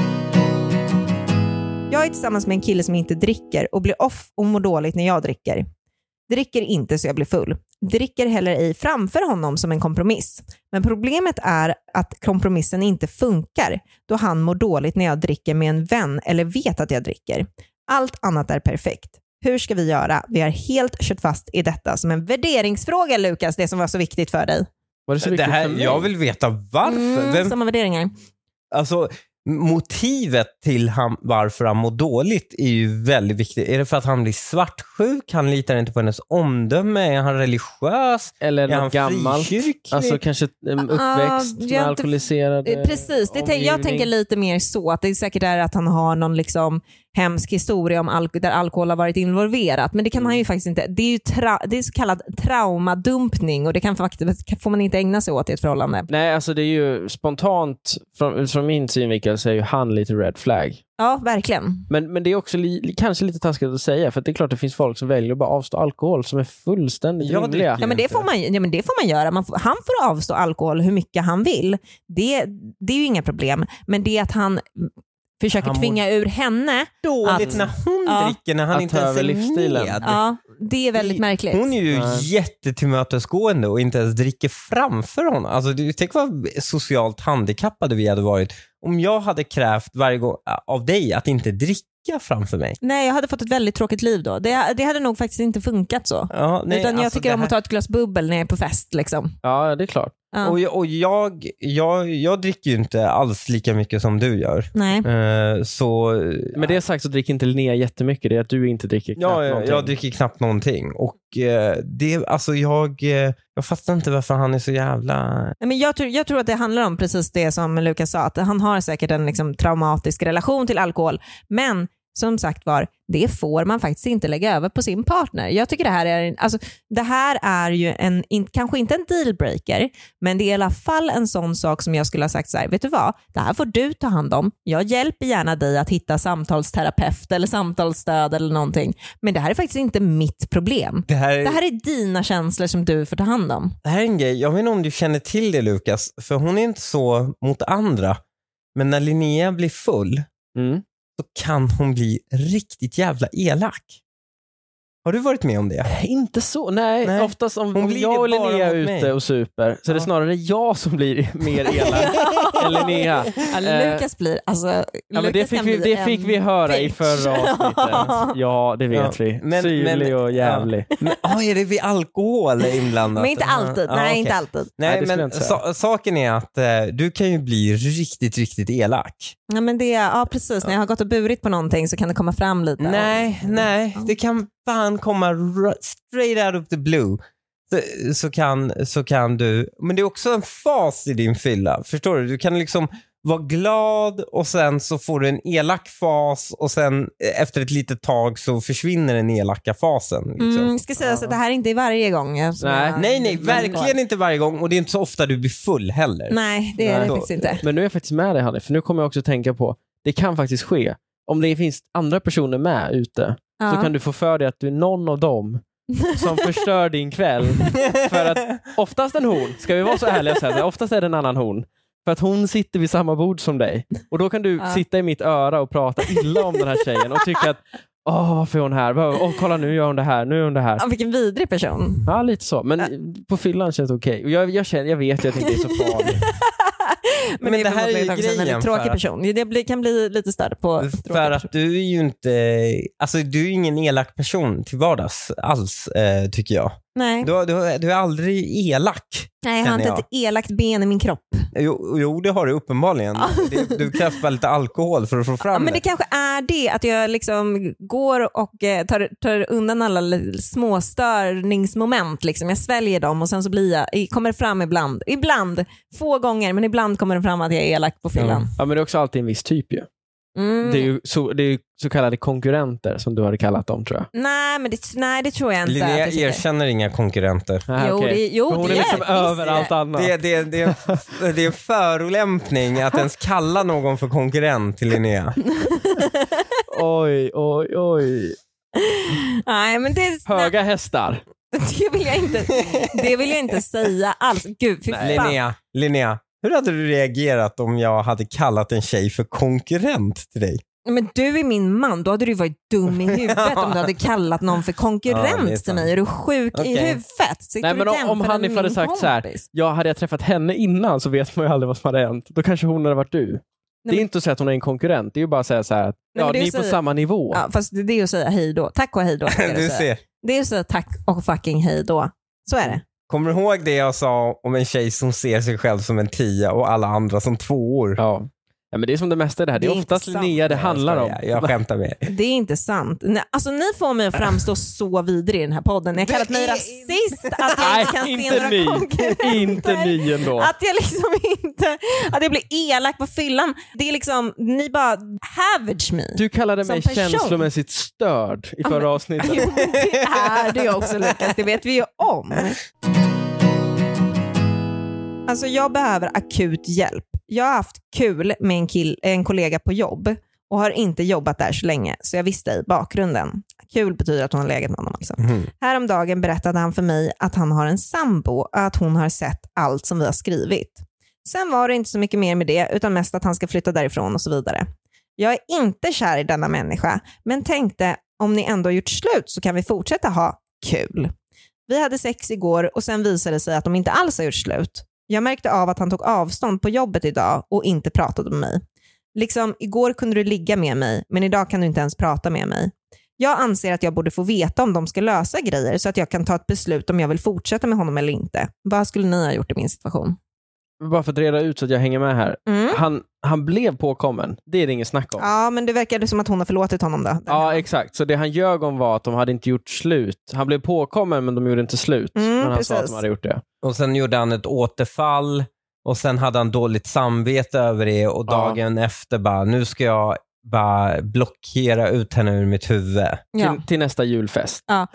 Jag är tillsammans med en kille som inte dricker och blir off och mår dåligt när jag dricker. Dricker inte så jag blir full. Dricker heller ej framför honom som en kompromiss. Men problemet är att kompromissen inte funkar då han mår dåligt när jag dricker med en vän eller vet att jag dricker. Allt annat är perfekt. Hur ska vi göra? Vi har helt kört fast i detta som en värderingsfråga, Lukas, det som var så viktigt för dig. Det här, jag vill veta varför. Samma värderingar. Alltså, motivet till varför han mår dåligt är ju väldigt viktigt. Är det för att han blir svartsjuk? Han litar inte på hennes omdöme? Är han religiös? Eller är han gammal? Frikyrklig? Alltså kanske uppväxt med alkoholiserade. Precis, jag tänker lite mer så att det är säkert är att han har någon liksom hemsk historia om där alkohol har varit involverat. Men det kan han ju faktiskt inte. Det är ju det är så kallad traumadumpning och det får man inte ägna sig åt i ett förhållande. Nej, alltså det är ju spontant från min synvinkel så är ju han lite red flag. Ja, verkligen. Men det är också kanske lite taskigt att säga, för det är klart det finns folk som väljer att bara avstå alkohol som är fullständigt rimliga. Ja, men det får man göra. Han får avstå alkohol hur mycket han vill. Det är ju inga problem. Men det är att han försöker tvinga ur henne dåligt när hon dricker, när han inte ens är livsstilen. Med. Ja, det är väldigt märkligt. Hon är ju jättetillmötesgående och inte ens dricker framför honom. Alltså, tänk vad socialt handikappade vi hade varit om jag hade krävt varje gång av dig att inte dricka framför mig. Nej, jag hade fått ett väldigt tråkigt liv då. Det hade nog faktiskt inte funkat så. Ja, nej, utan jag tycker om att ta ett glas bubbel när jag är på fest. Liksom. Ja, det är klart. Ja. Och jag dricker ju inte alls lika mycket som du gör. Nej. Men det är sagt så dricker inte Linnea jättemycket. Det är att du inte dricker knappt någonting. Jag dricker knappt någonting. Och jag fattar inte varför han är så jävla... Nej, men jag tror att det handlar om precis det som Lukas sa. Att han har säkert en liksom traumatisk relation till alkohol. Men som sagt det får man faktiskt inte lägga över på sin partner. Jag tycker det här är ju kanske inte en dealbreaker, men det är i alla fall en sån sak som jag skulle ha sagt så här: vet du vad, det här får du ta hand om. Jag hjälper gärna dig att hitta samtalsterapeut eller samtalsstöd eller någonting. Men det här är faktiskt inte mitt problem. Det här är dina känslor som du får ta hand om. Det här är en grej, jag vet inte om du känner till det, Lukas, för hon är inte så mot andra. Men när Linnea blir full så kan hon bli riktigt jävla elak. Har du varit med om det? Inte så, nej. Oftast om jag och Linnea är ute och super så är det snarare jag som blir mer elak än Linnea. Lukas blir, alltså... men det fick vi höra i förra avsnittet. Ja, det vet vi. Syrlig och jävlig. Är det vid alkohol inblandat? Men inte alltid. Nej, inte alltid. Nej, men saken är att du kan ju bli riktigt, riktigt elak. Ja, men precis. När jag har gått och burit på någonting så kan det komma fram lite. Nej. Det kan fan komma straight out of the blue. Så kan du... Men det är också en fas i din fylla. Förstår du? Du kan liksom vara glad och sen så får du en elak fas och sen efter ett litet tag så försvinner den elaka fasen. Liksom. Ska säga så att det här inte är varje gång. Nej, verkligen inte varje gång. Och det är inte så ofta du blir full heller. Nej, det är det faktiskt inte. Men nu är jag faktiskt med dig, Hanne. För nu kommer jag också tänka på, det kan faktiskt ske. Om det finns andra personer med ute så kan du få för dig att du är någon av dem som förstör din kväll. För att oftast en hon, ska vi vara så ärliga och säga, oftast är det en annan hon. För att hon sitter vid samma bord som dig. Och då kan du sitta i mitt öra och prata illa om den här tjejen och tycka att varför är hon här? Kolla, nu gör hon det här, nu är hon det här. Vilken vidrig person. Ja, lite så. Men på fyllan känns det okej. Och jag vet ju att det inte är så farligt. Men det här är ju grejen. En tråkig person. Det kan bli lite större på. För att du är ju inte... Alltså du är ingen elak person till vardags alls, tycker jag. Nej. Du är aldrig elak. Nej, jag har inte ett elakt ben i min kropp. Jo, det har du uppenbarligen. Du krävs bara lite alkohol för att få fram men det kanske är det, att jag liksom går och tar undan alla små störningsmoment. Liksom. Jag sväljer dem och sen så kommer det fram ibland, få gånger, men ibland kommer det fram att jag är elak på fyllan. Ja, men det är också alltid en viss typ ju. Det är ju så kallade konkurrenter som du hade kallat dem, tror jag. Nej, det tror jag inte. Linnea erkänner inga konkurrenter. Hon är liksom över allt annat. Det är en förolämpning att ens kalla någon för konkurrent till Linnea. Oj. Nej, men höga hästar. Det vill jag inte säga alls. Gud, fy fan. Linnea. Hur hade du reagerat om jag hade kallat en tjej för konkurrent till dig? Men du är min man, då hade du varit dum i huvudet om du hade kallat någon för konkurrent till mig. Är du sjuk i huvudet? Nej, men om Hanif hade sagt så här, hade jag träffat henne innan så vet man ju aldrig vad som hade hänt. Då kanske hon hade varit du. Det är inte att säga att hon är en konkurrent, det är ju bara att säga så här att ni är på samma nivå. Ja, fast det är att säga hej då. Tack och hej då. Du ser. Det är att säga tack och fucking hej då. Så är det. Kommer du ihåg det jag sa om en tjej som ser sig själv som en 10 och alla andra som 2 år? Ja. Ja, men det är som det mesta i det här. Det är oftast Linnea det handlar om. Jag skämtar med. Det är inte sant. Nej, alltså ni får mig att framstå så vidrig i den här podden. Jag kallat mig rasist, att jag inte kan se några konkurrenter. Inte ny ändå. Att jag liksom inte, att jag blir elak på fyllan. Det är liksom, ni bara havage me. Du kallade mig känslomässigt störd i förra avsnittet. Jo, det är det också, Lukas. Det vet vi ju om. Alltså jag behöver akut hjälp. Jag har haft kul med en kollega på jobb och har inte jobbat där så länge, så jag visste i bakgrunden. Kul betyder att hon har legat med honom alltså. Häromdagen berättade han för mig att han har en sambo och att hon har sett allt som vi har skrivit. Sen var det inte så mycket mer med det, utan mest att han ska flytta därifrån och så vidare. Jag är inte kär i denna människa, men tänkte om ni ändå har gjort slut så kan vi fortsätta ha kul. Vi hade sex igår och sen visade det sig att de inte alls har gjort slut. Jag märkte av att han tog avstånd på jobbet idag och inte pratade med mig. Liksom, igår kunde du ligga med mig, men idag kan du inte ens prata med mig. Jag anser att jag borde få veta om de ska lösa grejer så att jag kan ta ett beslut om jag vill fortsätta med honom eller inte. Vad skulle ni ha gjort i min situation? Bara för att reda ut så att jag hänger med här. Han blev påkommen. Det är det ingen snack om. Ja, men det verkade som att hon har förlåtit honom då. Ja, exakt. Så det han ljög om var att de hade inte gjort slut. Han blev påkommen men de gjorde inte slut. Men han sa att de hade gjort det. Och sen gjorde han ett återfall. Och sen hade han dåligt samvete över det. Och dagen efter bara, nu ska jag bara blockera ut henne ur mitt huvud. Ja. Till nästa julfest. Ja.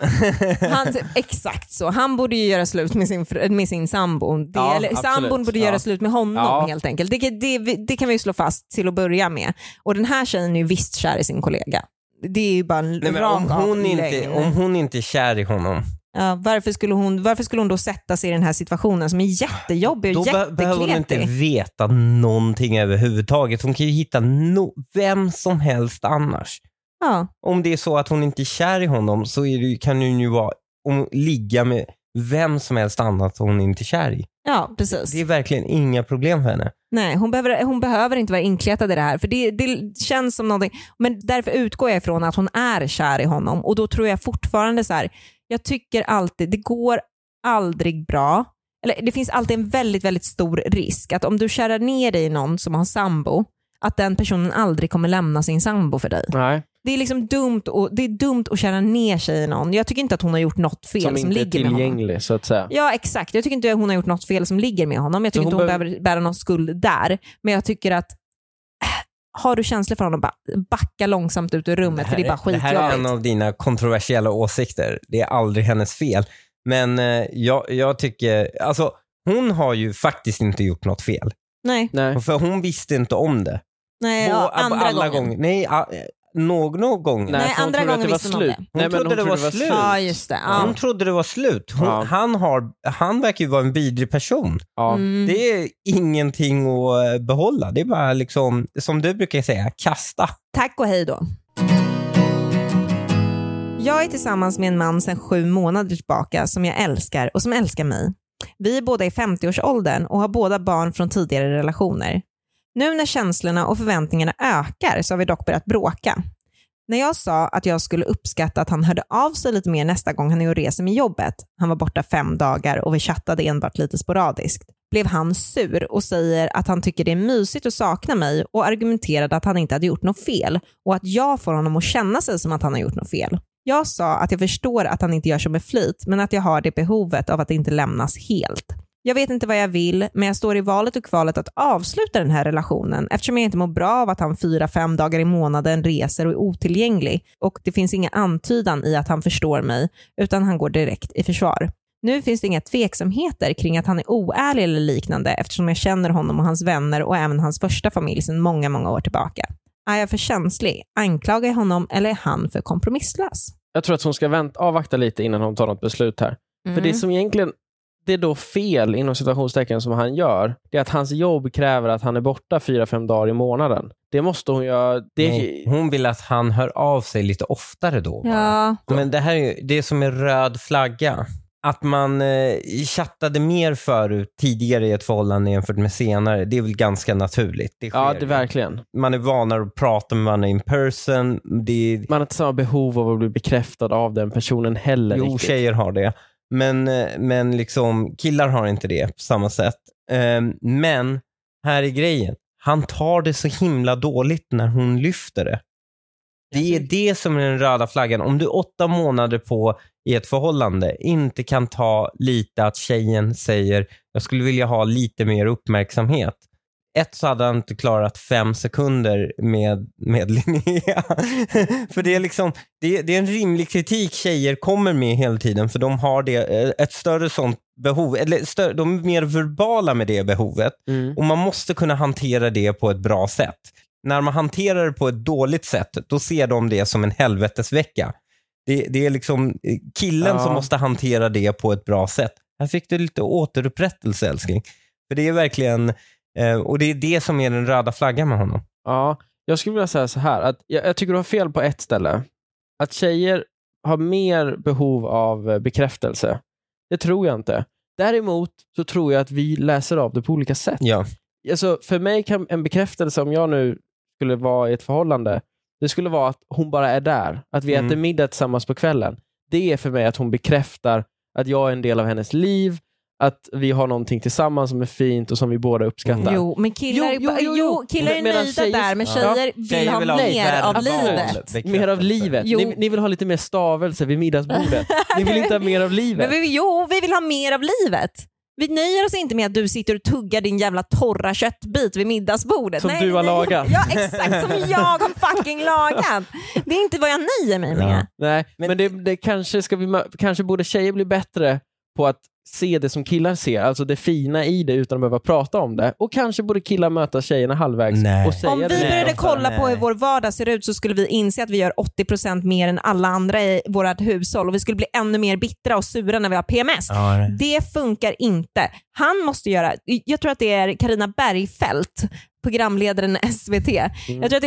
Exakt så. Han borde ju göra slut med sin sambo. Sambon borde göra slut med honom helt enkelt. Det kan vi ju slå fast till att börja med. Och den här tjejen är ju visst kär i sin kollega. Det är ju bara en om hon inte är kär i honom. Ja, varför skulle hon då sätta sig i den här situationen som är jättejobbig och jättekletig? Då behöver hon inte veta någonting överhuvudtaget. Hon kan ju hitta vem som helst annars. Ja. Om det är så att hon inte är kär i honom så kan hon ju ligga med vem som helst annat som hon inte är kär i. Ja, precis. Det är verkligen inga problem för henne. Nej, hon behöver inte vara inkletad i det här. För det känns som någonting. Men därför utgår jag ifrån att hon är kär i honom. Och då tror jag fortfarande så här. Jag tycker alltid, det går aldrig bra. Eller det finns alltid en väldigt, väldigt stor risk att om du kärar ner dig i någon som har sambo, att den personen aldrig kommer lämna sin sambo för dig. Nej. Det är liksom dumt att kära ner sig i någon. Jag tycker inte att hon har gjort något fel som ligger med honom. Så att säga. Ja, exakt. Jag tycker inte att hon har gjort något fel som ligger med honom. Jag tycker inte hon behöver bära någon skuld där. Men jag tycker att har du känslor för honom, backa långsamt ut ur rummet, för det är bara skitjobbigt. Det här är en av dina kontroversiella åsikter. Det är aldrig hennes fel. Men jag tycker, alltså hon har ju faktiskt inte gjort något fel. Nej. För hon visste inte om det. Nej, andra gången. Nej, någon gång. Nej, andra gången visste hon det. Hon trodde det var slut. Ja, just det. Ja. Hon trodde det var slut. Han verkar ju vara en vidrig person. Ja. Det är ingenting att behålla. Det är bara liksom, som du brukar säga, kasta. Tack och hej då. Jag är tillsammans med en man sedan 7 månader tillbaka som jag älskar och som älskar mig. Vi är båda i 50-årsåldern och har båda barn från tidigare relationer. Nu när känslorna och förväntningarna ökar så har vi dock börjat bråka. När jag sa att jag skulle uppskatta att han hörde av sig lite mer nästa gång han är och reser med jobbet, han var borta 5 dagar och vi chattade enbart lite sporadiskt, blev han sur och säger att han tycker det är mysigt att sakna mig och argumenterade att han inte hade gjort något fel och att jag får honom att känna sig som att han har gjort något fel. Jag sa att jag förstår att han inte gör så med flit, men att jag har det behovet av att inte lämnas helt. Jag vet inte vad jag vill, men jag står i valet och kvalet att avsluta den här relationen eftersom jag inte mår bra av att han 4-5 dagar i månaden reser och är otillgänglig och det finns inga antydan i att han förstår mig utan han går direkt i försvar. Nu finns det inga tveksamheter kring att han är oärlig eller liknande eftersom jag känner honom och hans vänner och även hans första familj sedan många, många år tillbaka. Är jag för känslig? Anklagar jag honom eller är han för kompromisslös? Jag tror att hon ska avvakta lite innan hon tar något beslut här. För det som egentligen det är då fel inom situationstecken som han gör, det är att hans jobb kräver att han är borta 4-5 dagar i månaden. Det måste hon göra. Nej, hon vill att han hör av sig lite oftare då. Ja. Men det här är det som är röd flagga. Att man chattade mer förut tidigare i ett förhållande jämfört med senare, det är väl ganska naturligt. Det ja, det är verkligen. Man är vanare att prata med varandra in person. Man har inte samma behov av att bli bekräftad av den personen heller. Jo, riktigt. Tjejer har det. Men liksom killar har inte det på samma sätt. Men här är grejen. han tar det så himla dåligt när hon lyfter det. Det är det som är den röda flaggan. Om du 8 månader på i ett förhållande inte kan ta lite att tjejen säger jag skulle vilja ha lite mer uppmärksamhet. Så hade han inte klarat 5 sekunder med Linnea. För det är liksom det är en rimlig kritik tjejer kommer med hela tiden, för de har ett större sånt behov, eller de är mer verbala med det behovet. Och man måste kunna hantera det på ett bra sätt. När man hanterar det på ett dåligt sätt, då ser de det som en helvetesvecka. Det är liksom killen som måste hantera det på ett bra sätt. Här fick du lite återupprättelse, älskling. För det är verkligen, och det är det som är den röda flaggan med honom. Ja, jag skulle vilja säga så här, att jag tycker du har fel på ett ställe. Att tjejer har mer behov av bekräftelse. Det tror jag inte. Däremot så tror jag att vi läser av det på olika sätt. Ja. Alltså, för mig kan en bekräftelse, om jag nu skulle vara i ett förhållande, det skulle vara att hon bara är där. Att vi äter middag tillsammans på kvällen. Det är för mig att hon bekräftar att jag är en del av hennes liv. Att vi har någonting tillsammans som är fint och som vi båda uppskattar. Jo, men killar är nöjda där. Men tjejer vill ha mer av livet. Mer av livet. Ni vill ha lite mer stavelse vid middagsbordet. Ni vill inte ha mer av livet. Men vi vill ha mer av livet. Vi nöjer oss inte med att du sitter och tuggar din jävla torra köttbit vid middagsbordet. Som du har lagat. Ja, exakt, som jag har fucking lagat. Det är inte vad jag nöjer mig med. Nej, men det kanske borde tjejer bli bättre på att se det som killar ser, alltså det fina i det utan att behöva prata om det. Och kanske borde killar möta tjejerna halvvägs och säga. Om vi började kolla på hur vår vardag ser ut, så skulle vi inse att vi gör 80% mer än alla andra i vårt hushåll, och vi skulle bli ännu mer bittra och sura när vi har PMS. Det funkar inte. Han måste göra, jag tror att det är Carina Bergfeldt, programledaren SVT. Jag tror att det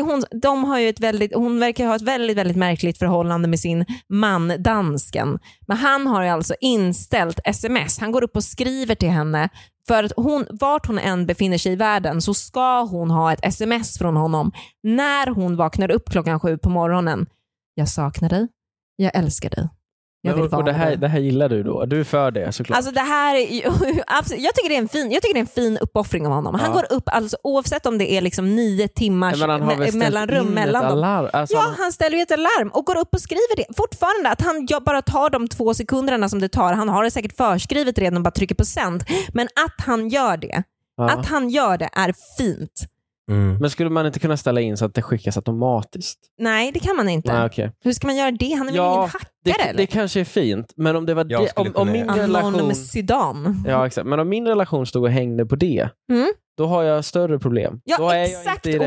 är hon verkar ha ett väldigt, väldigt märkligt förhållande med sin man dansken. Men han har ju alltså inställt sms. Han går upp och skriver till henne för att vart hon än befinner sig i världen så ska hon ha ett sms från honom när hon vaknar upp 7:00 på morgonen. Jag saknar dig. Jag älskar dig. Och det här gillar du då? Du är för det, såklart. Alltså det här är, jag tycker det är en fin uppoffring av honom. Han går upp, alltså, oavsett om det är liksom 9 timmars mellanrum mellan dem. Alltså, han ställer ju ett alarm och går upp och skriver det. Fortfarande att han bara tar de 2 sekunderna som det tar. Han har det säkert förskrivet redan och bara trycker på send. Men att han gör det, att han gör det är fint. Men skulle man inte kunna ställa in så att det skickas automatiskt? Nej, det kan man inte. Nej, okay. Hur ska man göra det? Han är väl ingen hackare? Det kanske är fint, men om det var om min relation... Ja, exakt. Men om min relation stod och hängde på det, då har jag större problem. Ja, då är exakt. Jag inte och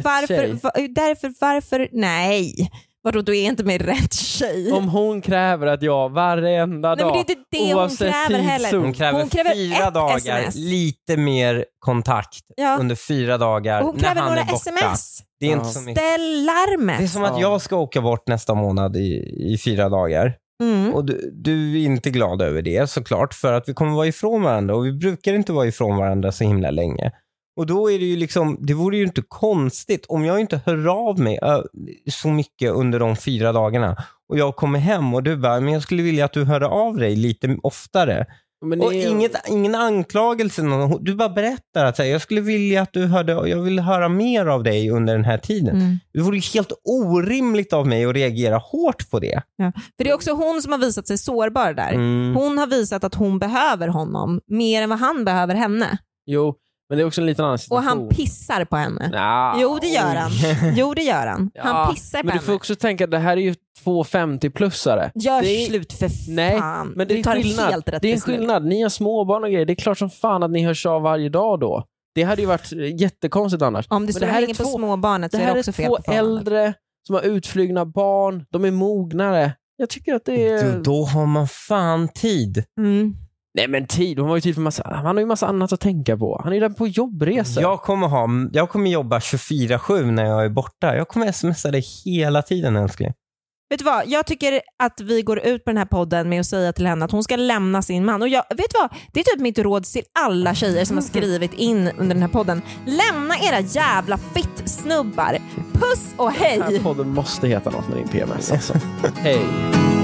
varför nej. Vadå, du är inte med rätt tjej? Om hon kräver att jag varenda dag, men det är inte det hon kräver heller. Hon kräver 4 dagar, SMS. Lite mer kontakt under 4 dagar. Och hon kräver när han några är borta. SMS. Det är inte så mycket. Ställ larmet. Det är som att jag ska åka bort nästa månad i 4 dagar. Och du är inte glad över det, såklart, för att vi kommer vara ifrån varandra, och vi brukar inte vara ifrån varandra så himla länge. Och då är det ju liksom, det vore ju inte konstigt om jag inte hör av mig så mycket under de 4 dagarna och jag kommer hem och du bara, men jag skulle vilja att du hörde av dig lite oftare. Men och ingen anklagelse, du bara berättar att jag skulle vilja att du jag vill höra mer av dig under den här tiden. Det vore ju helt orimligt av mig att reagera hårt på det. Ja. För det är också hon som har visat sig sårbar där. Hon har visat att hon behöver honom mer än vad han behöver henne. Jo, men det är också en liten annan situation. Och han pissar på henne. Jo, det gör han. Han pissar på henne. Men du får också tänka att det här är ju 250-plussare. Gör slut för fan. Nej, men det är skillnad. Helt rätt. Det är en skillnad. Ni har småbarn och grejer. Det är klart som fan att ni hörs av varje dag då. Det hade ju varit jättekonstigt annars. Om det står hänger på småbarnet så är det också fel på två äldre som har utflygna barn. De är mognare. Jag tycker att det är... Då har man fan tid. Nej, men tid. Han har ju massa annat att tänka på. Han är ju där på jobbresa. Jag kommer jobba 24/7 när jag är borta. Jag kommer smsa dig hela tiden, älskling. Vet du vad? Jag tycker att vi går ut på den här podden med att säga till henne att hon ska lämna sin man. Och vet du vad? Det är typ mitt råd till alla tjejer som har skrivit in under den här podden. Lämna era jävla fittsnubbar. Puss och hej! Den här podden måste heta något med din PMS alltså. Hej!